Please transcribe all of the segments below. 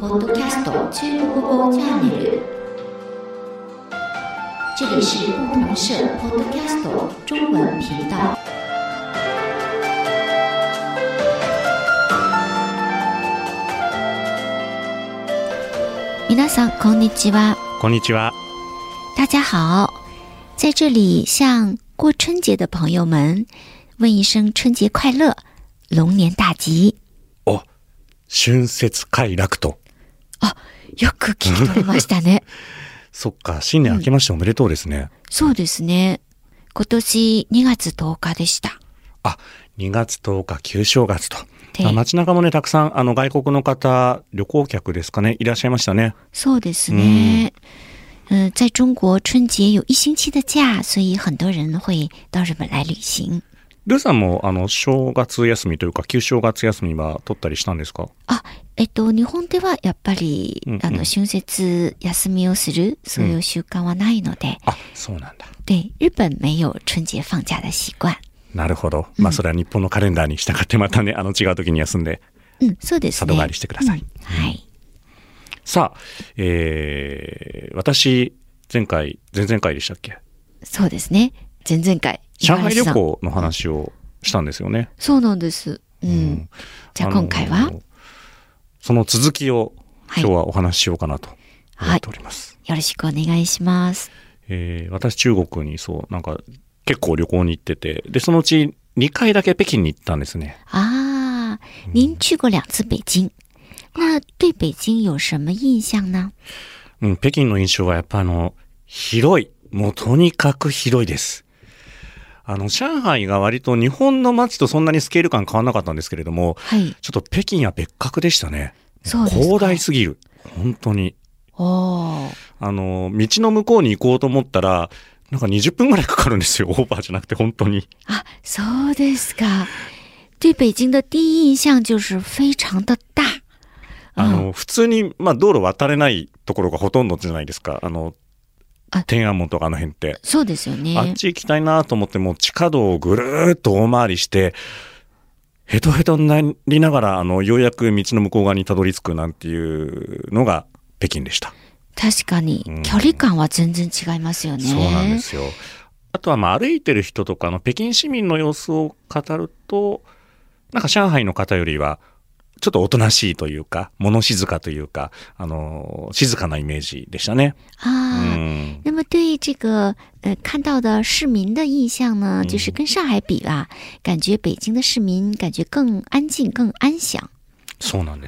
Podcast 中国語チャンネル。这里是不同社 Podcast 中文频道。皆さんこんにちは。 こんにちは。 大家好，在这里向过春节的朋友们问一声春节快乐，龙年大吉。 お、春節快楽と。 あ、よく聞き取れましたね。 そっか、新年明けましておめでとうですね。 そうですね。今年2月10日でした。 あ、2月10日旧正月と。 で街中もね、たくさん外国の方、旅行客ですかね、いらっしゃいましたね。 そうですね。在中国春节有1星期的假，所以很多人会到日本来旅行。 ルーさんも正月休みというか旧正月休みは取ったりしたんですか？ あ、日本ではやっぱり、春節休みをするそういう習慣はないので、 あ、そうなんだ。 对、日本没有春节放假的習慣。 なるほど。まあそれは日本のカレンダーに従ってまたね、違う時に休んで、 そうですね。 里帰りしてください。 はい。 さあ、私、前々回でしたっけ？ そうですね。前々回。 上海旅行の話をしたんですよね。 そうなんです。じゃあ今回は、 その続きを今日はお話ししようかなと思っております。 よろしくお願いします。 私中国になんか結構旅行に行ってて、で、そのうち2回だけ北京に行ったんですね。 ああ、您去过2次北京。那对北京有什么印象呢？ 北京の印象はやっぱ広い。もうとにかく広いです。上海が割と日本の街とそんなにスケール感変わらなかったんですけれども、 はい、 ちょっと北京は別格でしたね。 そうですか。 広大すぎる。本当に。 道の向こうに行こうと思ったら、なんか20分ぐらいかかるんですよ。オーバーじゃなくて本当に。 あ、そうですか。对北京的第一印象就是非常的大。 普通に、道路渡れないところがほとんどじゃないですか。天安門とか辺って。 そうですよね。 あっち行きたいなと思っても地下道をぐるーっと大回りして、ヘトヘトになりながら、ようやく道の向こう側にたどり着くなんていうのが北京でした。 確かに、距離感は全然違いますよね。 そうなんですよ。あとは歩いてる人とか北京市民の様子を語ると、なんか上海の方よりは、ちょっとおとなしいというか、物静かというか、静かなイメージでしたね。 那么对这个看到的市民的印象呢，就是跟上海比吧，感觉北京的市民感觉更安静、更安详。 そうなんです。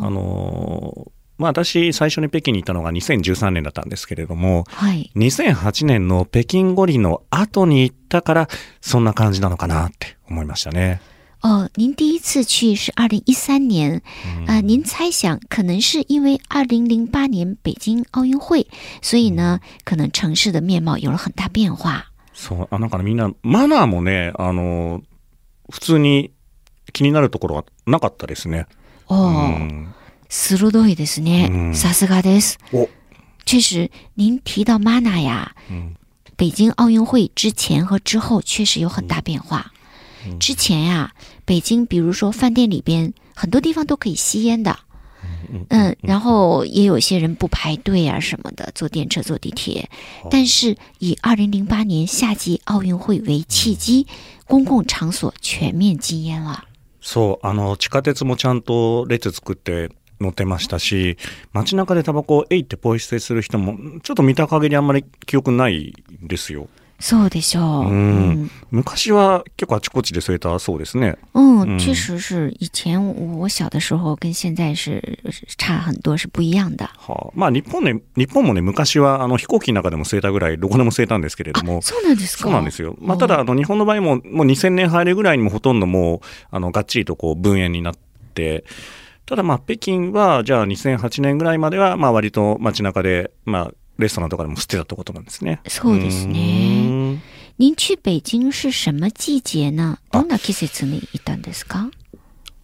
私最初に北京に行ったのが2013年だったんですけれども、 はい、 2008年の北京五輪の後に行ったからそんな感じなのかなって思いましたね。 您第一次去是2013年，您猜想可能是因为2008年北京奥运会，所以呢，可能城市的面貌有了很大变化。 そう、なんかみんなマナーもね、普通に気になるところはなかったですね。 鋭いですね。さすがです。确实，您提到 Mana 呀，北京奥运会之前和之后确实有很大变化。之前呀，北京比如说饭店里边很多地方都可以吸烟的，然后也有些人不排队啊什么的，坐电车坐地铁。但是以2008年夏季奥运会为契機、公共場所全面禁煙了。 そう、地下鉄もちゃんと列作って乗ってましたし、街中でタバコをってポイ捨てする人もちょっと見た限りあんまり記憶ないですよ。 そうでしょう。 昔は結構あちこちで吸えたそうですね。 确实是以前我小的时候跟现在是差很多，是不一样的。 日本もね、昔は飛行機の中でも吸えたぐらいどこでも吸えたんですけれども。 そうなんですか。 そうなんですよ。ただ日本の場合もう2000年入るぐらいにもほとんどもうがっちりと分煙になって、ただ北京はじゃあ2008年ぐらいまでは割と街中でレストランとかでも吸ってたってことなんですね。 そうですね。您去北京是什么季节呢？どんな季節に行ったんですか？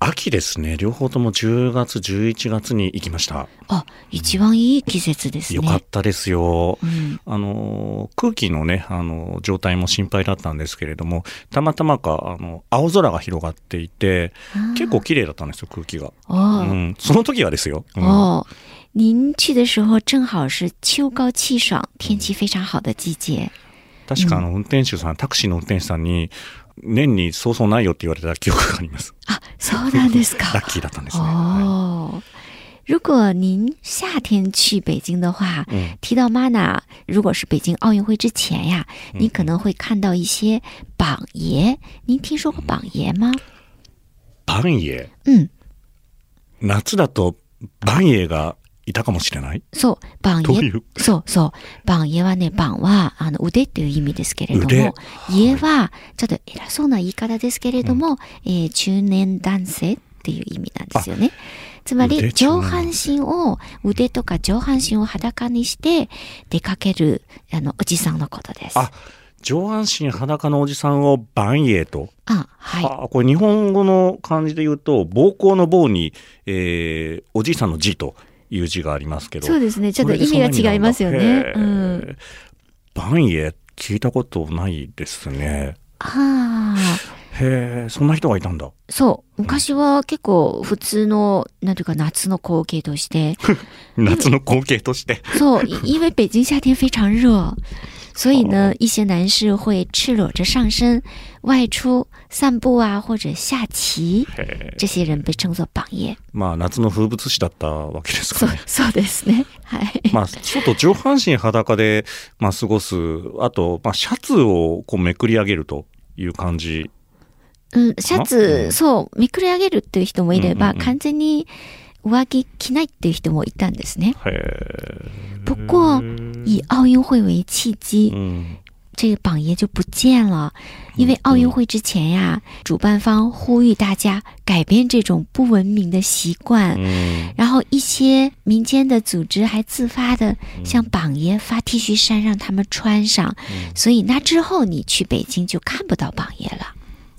秋ですね。両方とも10月、11月に行きました。 あ、一番いい季節ですね。 よかったですよ。 うん、 空気のね、状態も心配だったんですけれども、たまたまか、青空が広がっていて、結構綺麗だったんですよ、空気が。うん、その時はですよ。 您去的时候正好是秋高气爽、天气非常好的季節。 確か運転手さん、タクシーの運転手さんに、年にそうそうないよって言われた記憶があります。 あ、そうなんですか。 ラッキーだったんですね。 如果您夏天去北京的话，提到 MANA， 如果是北京奥运会之前呀，你可能会看到一些榜爷。您听说过榜爷吗？ 榜爷。夏だと榜爷がいたかもしれない。 そう、榜爷。そう。榜爷はね、榜は腕っていう意味ですけれども、爷はちょっと偉そうな言い方ですけれども、中年男性っていう意味なんですよね。つまり上半身を腕とか上半身を裸にして出かけるおじさんのことです。 あ、上半身裸のおじさんを榜爷と。 はい。 これ日本語の漢字で言うと膀胱の膀に、おじいさんの字という字がありますけど。 そうですね。ちょっと意味が違いますよね。 榜爷聞いたことないですね。へえ、そんな人がいたんだ。 そう。昔は結構普通の、なんていうか夏の光景として。 夏の光景として。 そう。因为北京夏天非常热。所以呢，一些男士会赤裸着上身外出散步啊，或者下棋。这些人被称作榜爷。 まあ夏の風物詩だったわけですかね。 そうですね。はい。 まあちょっと上半身裸で過ごす。あとシャツをこうめくり上げるという感じ。 シャツ、そう、めくり上げるっていう人もいれば、完全に上着着ないっていう人もいたんですね。不过以奥运会为契机，这个榜爷就不见了。因为奥运会之前呀，主办方呼吁大家改变这种不文明的习惯，然后一些民间的组织还自发的向榜爷发 T 恤衫让他们穿上，所以那之后你去北京就看不到榜爷了。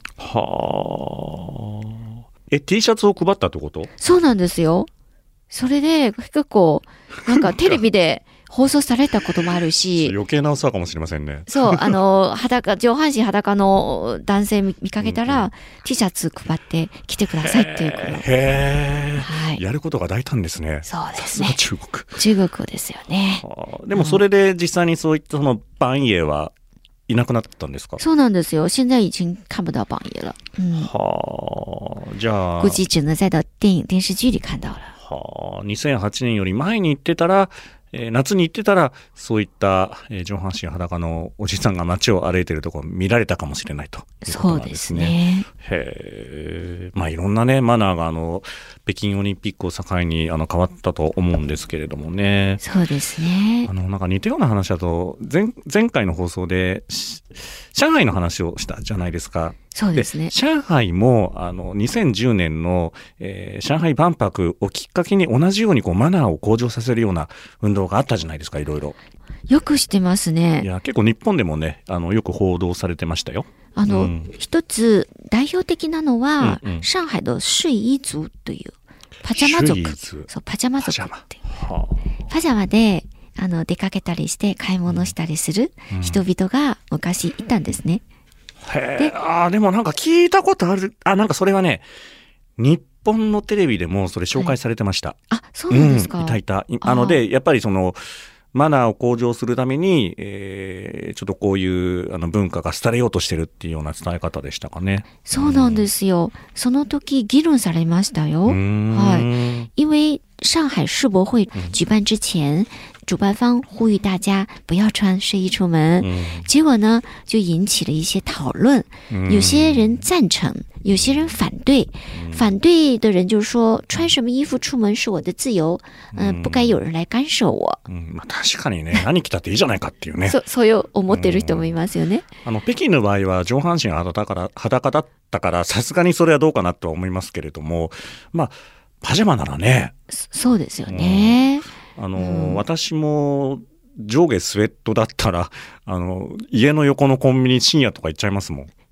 はあ。T シャツを配ったってこと？ そうなんですよ。それで結構なんかテレビで放送されたこともあるし余計なお世話かもしれませんね。 そう、上半身裸の男性見かけたら、T シャツ配って来てくださいっていうこと。 はい。やることが大胆ですね。 そうですね。 中国ですよね。 でもそれで実際にそういったその榜爷はいなくなったんですか？ そうなんですよ。現在已经看不到榜爷了。 はあ。じゃあ估計只能在電視劇里看到了。 はあ。2008年より前に行ってたら、夏に行ってたらそういった、上半身裸のおじさんが街を歩いているところ見られたかもしれないということなんですね。そうですね。まあいろんなねマナーが北京オリンピックを境に変わったと思うんですけれどもね。 そうですね。 なんか似たような話だと前回の放送で上海の話をしたじゃないですか。 そうですね。 上海も2010年の、上海万博をきっかけに同じようにこうマナーを向上させるような運動があったじゃないですか、いろいろ。 よく知ってますね。 いや結構日本でもねよく報道されてましたよ。 一つ代表的なのは、上海の睡衣族というパジャマ族。そう、パジャマ族っていう。パジャマで出かけたりして買い物したりする人々が昔いたんですね。 でもなんか聞いたことある。なんかそれはね、日本のテレビでもそれ紹介されてました。 そうなんですか。 いた。で、やっぱりその、マナーを向上するために、ちょっとこういう文化が廃れようとしてるっていうような伝え方でしたかね。 そうなんですよ。その時議論されましたよ。はい。因为上海世博会举办之前，主办方呼吁大家不要穿睡衣出门，结果呢就引起了一些讨论，有些人赞成，有些人反对。反对的人就说穿什么衣服出门是我的自由，不该有人来干涉我。 確かにね、何着たっていいじゃないかっていうね。 そういう思ってる人もいますよね。 北京の場合は上半身裸だったからさすがにそれはどうかなとは思いますけれども、パジャマならね。 そうですよね。 私も上下スウェットだったら家の横のコンビニ深夜とか行っちゃいますもん。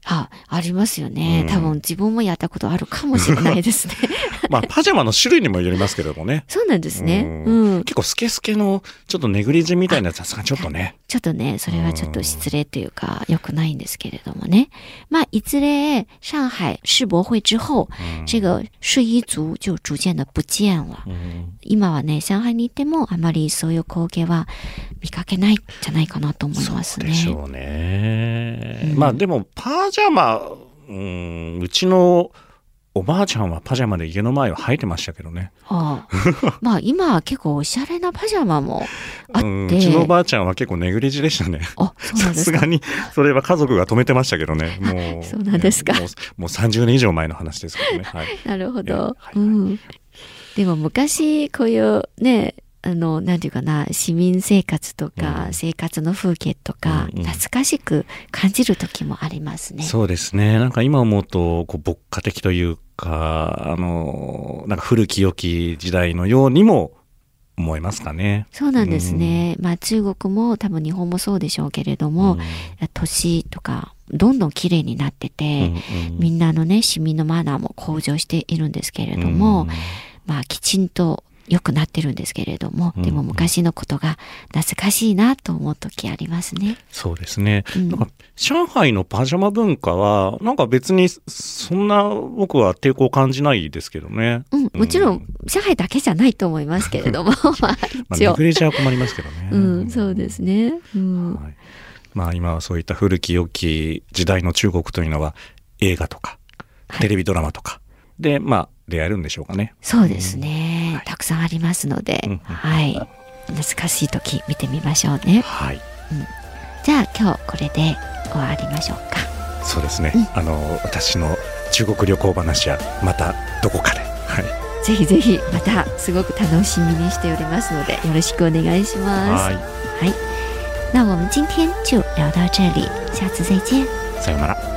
ありますよね。多分自分もやったことあるかもしれないですね。 まあパジャマの種類にもよりますけれどもね。 そうなんですね。 結構スケスケのちょっとネグリジェみたいなやつはさすがにちょっとね。 ちょっとね、それはちょっと失礼というか良くないんですけれどもね。まあいずれ上海世博会之後、这个睡衣族就逐渐的不見了。今はね、上海に行ってもあまりそういう光景は見かけないんじゃないかなと思いますね。 そうでしょうね。まあでもパジャマ、うちのおばあちゃんはパジャマで家の前を履いてましたけどね。 まあ今は結構おしゃれなパジャマもあって、 うちのおばあちゃんは結構ネグリジェでしたね。さすがにそれは家族が止めてましたけどね。もうそうなんですか。 もう30年以上前の話ですけどね。はい、 なるほど。でも昔こういうね、なんていうかな、市民生活とか、生活の風景とか、懐かしく感じる時もありますね。 そうですね。なんか今思うと、牧歌的というか、なんか古き良き時代のようにも思いますかね。 そうなんですね。まあ中国も多分日本もそうでしょうけれども、都市とか、どんどん綺麗になってて、みんなのね、市民のマナーも向上しているんですけれども、まあきちんと良くなってるんですけれども、でも昔のことが懐かしいなと思う時ありますね。 そうですね。なんか上海のパジャマ文化はなんか別にそんな僕は抵抗を感じないですけどね。 もちろん上海だけじゃないと思いますけれども、まあ一応ネグリジェは困りますけどね。 そうですね。 まあ今はそういった古き良き時代の中国というのは映画とかテレビドラマとかでまあ出会えるんでしょうかね。 そうですね。たくさんありますので、はい。懐かしい時見てみましょうね。 はい。 じゃあ今日これで終わりましょうか。 そうですね。私の中国旅行話はまたどこかで。はい。 ぜひぜひまたすごく楽しみにしておりますのでよろしくお願いします。はい。はい。那我们今天就聊到这里，下次再见。 さようなら。